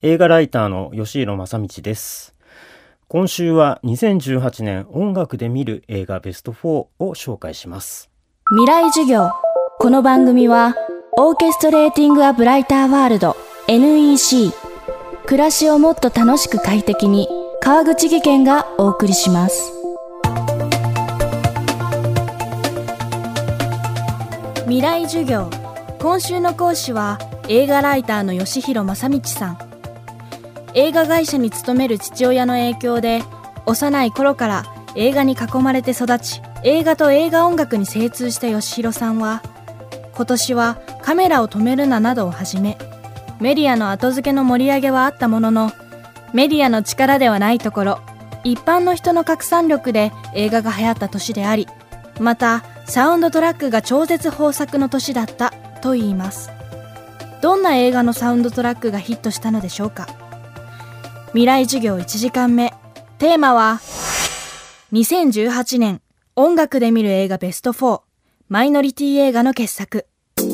映画ライターの吉弘正道です。今週は2018年音楽で見る映画ベスト4を紹介します。 未来授業。この番組はオーケストレーティングアブライターワールド NEC 暮らしをもっと楽しく快適に川口義賢がお送りします。未来授業。今週の講師は映画ライターの吉弘正道さん。映画会社に勤める父親の影響で幼い頃から映画に囲まれて育ち、映画と映画音楽に精通した吉弘さんは、今年はカメラを止めるななどをはじめ、メディアの後付けの盛り上げはあったものの、メディアの力ではないところ、一般の人の拡散力で映画が流行った年であり、またサウンドトラックが超絶豊作の年だったと言います。どんな映画のサウンドトラックがヒットしたのでしょうか。未来授業1時間目、テーマは2018年音楽で見る映画ベスト4、マイノリティ映画の傑作。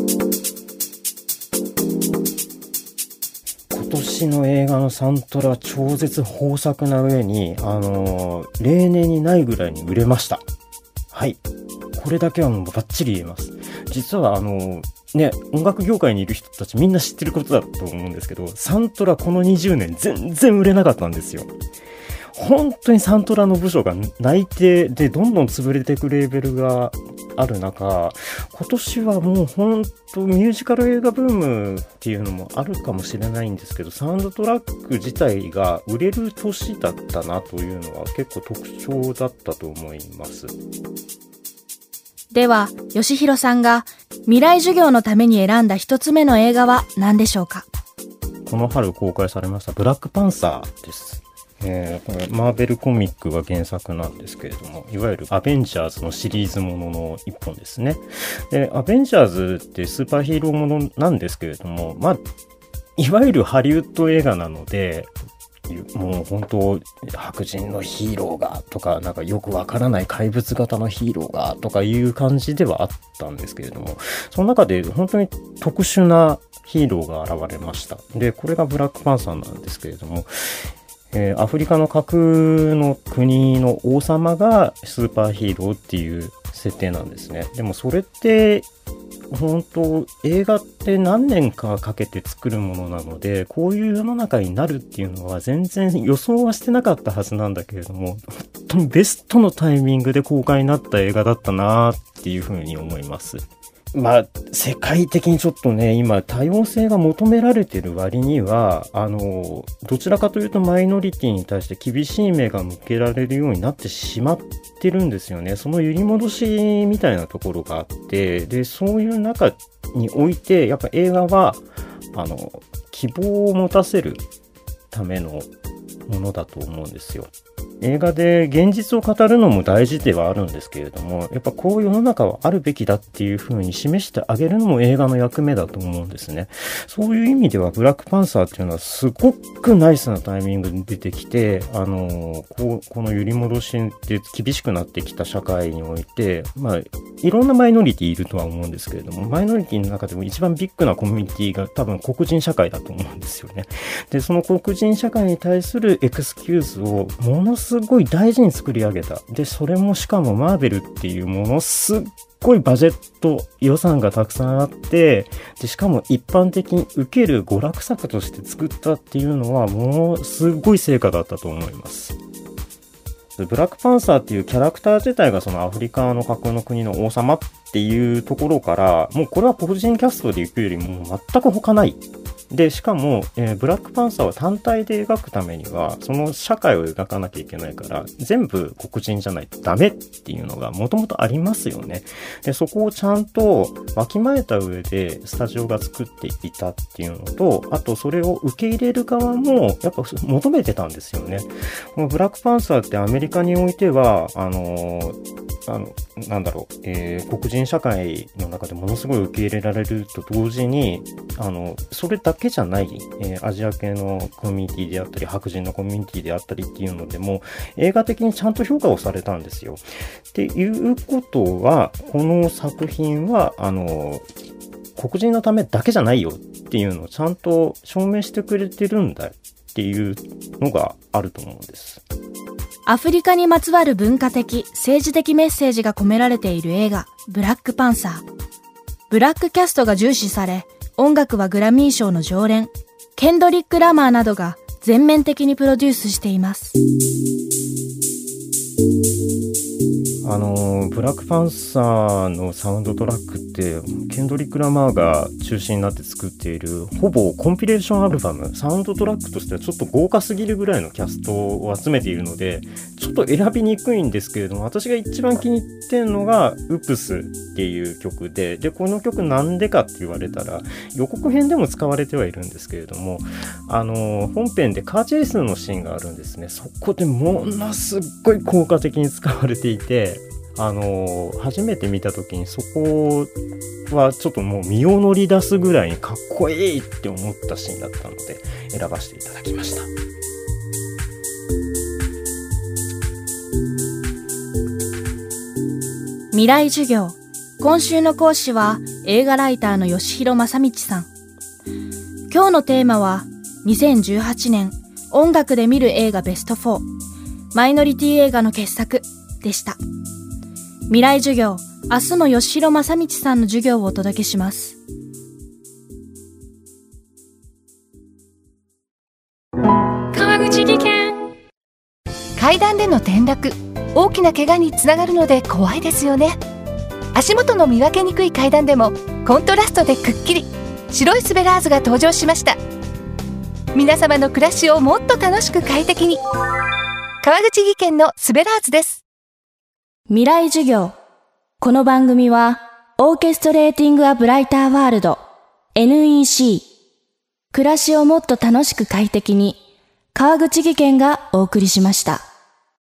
今年の映画のサントラ超絶豊作な上に、例年にないぐらいに売れました。はい、これだけはもうバッチリ言えます。実は音楽業界にいる人たちみんな知ってることだと思うんですけど、サントラこの20年全然売れなかったんですよ。本当にサントラの部署が内定でどんどん潰れていくレーベルがある中、今年はもう本当ミュージカル映画ブームっていうのもあるかもしれないんですけど、サウンドトラック自体が売れる年だったなというのは結構特徴だったと思います。 では吉弘さんが未来授業のために選んだ一つ目の映画は何でしょうか。 この春公開されましたブラックパンサーです。これマーベルコミックが原作なんですけれども、いわゆるアベンジャーズのシリーズものの一本ですね。でアベンジャーズってスーパーヒーローものなんですけれども、いわゆるハリウッド映画なので、もう本当白人のヒーローがとか、なんかよくわからない怪物型のヒーローがとかいう感じではあったんですけれども、その中で本当に特殊なヒーローが現れました。でこれがブラックパンサーなんですけれども、アフリカの架空の国の王様がスーパーヒーローっていう設定なんですね。でもそれって本当映画って何年かかけて作るものなので、こういう世の中になるっていうのは全然予想はしてなかったはずなんだけれども、本当にベストのタイミングで公開になった映画だったなっていうふうに思います。世界的にちょっとね、今多様性が求められている割には、どちらかというとマイノリティに対して厳しい目が向けられるようになってしまってるんですよね。その揺り戻しみたいなところがあって、でそういう中においてやっぱ映画は希望を持たせるためのものだと思うんですよ。映画で現実を語るのも大事ではあるんですけれども、やっぱこういう世の中はあるべきだっていう風に示してあげるのも映画の役目だと思うんですね。そういう意味ではブラックパンサーっていうのはすごくナイスなタイミングに出てきて、この揺り戻しで厳しくなってきた社会において、いろんなマイノリティいるとは思うんですけれども、マイノリティの中でも一番ビッグなコミュニティが多分黒人社会だと思うんですよね。でその黒人社会に対するエクスキューズをものすごい大事に作り上げた。でそれもしかもマーベルっていうものすっごいバジェット予算がたくさんあって、でしかも一般的に受ける娯楽作として作ったっていうのはもうすっごい成果だったと思います。ブラックパンサーっていうキャラクター自体がそのアフリカの架空の国の王様っていうところから、もうこれは黒人キャストで行くよりも全く他ない。でしかも、ブラックパンサーは単体で描くためにはその社会を描かなきゃいけないから、全部黒人じゃないとダメっていうのがもともとありますよね。でそこをちゃんとわきまえた上でスタジオが作っていたっていうのと、あとそれを受け入れる側もやっぱ求めてたんですよね。このブラックパンサーってアメリカにおいては黒人社会の中でものすごい受け入れられると同時に、それだけじゃない、アジア系のコミュニティであったり白人のコミュニティであったりっていうのでも映画的にちゃんと評価をされたんですよ。っていうことは、この作品は黒人のためだけじゃないよっていうのをちゃんと証明してくれてるんだっていうのがあると思うんです。 アフリカにまつわる文化的、政治的メッセージが込められている映画、ブラックパンサー。ブラックキャストが重視され、音楽はグラミー賞の常連、ケンドリック・ラマーなどが全面的にプロデュースしています。 ブラックパンサーのサウンドトラックってケンドリック・ラマーが中心になって作っているほぼコンピレーションアルバム、サウンドトラックとしてはちょっと豪華すぎるぐらいのキャストを集めているのでちょっと選びにくいんですけれども、私が一番気に入ってるのがウプスっていう曲で、この曲なんでかって言われたら予告編でも使われてはいるんですけれども、本編でカーチェイスのシーンがあるんですね。そこでものすっごい効果的に使われていて、初めて見た時にそこはちょっともう身を乗り出すぐらいにかっこいいって思ったシーンだったので選ばせていただきました。 未来授業、今週の講師は映画ライターの吉弘正道さん。今日のテーマは2018年音楽で見る映画ベスト4マイノリティ映画の傑作でした。未来授業、明日も吉弘正道さんの授業をお届けします。 川口技研。階段での転落、大きな怪我につながるので怖いですよね。足元の見分けにくい階段でもコントラストでくっきり白いスベラーズが登場しました。皆様の暮らしをもっと楽しく快適に、川口技研のスベラーズです。 未来授業。この番組はオーケストレーティングアブライターワールド NEC 暮らしをもっと楽しく快適に川口技研がお送りしました。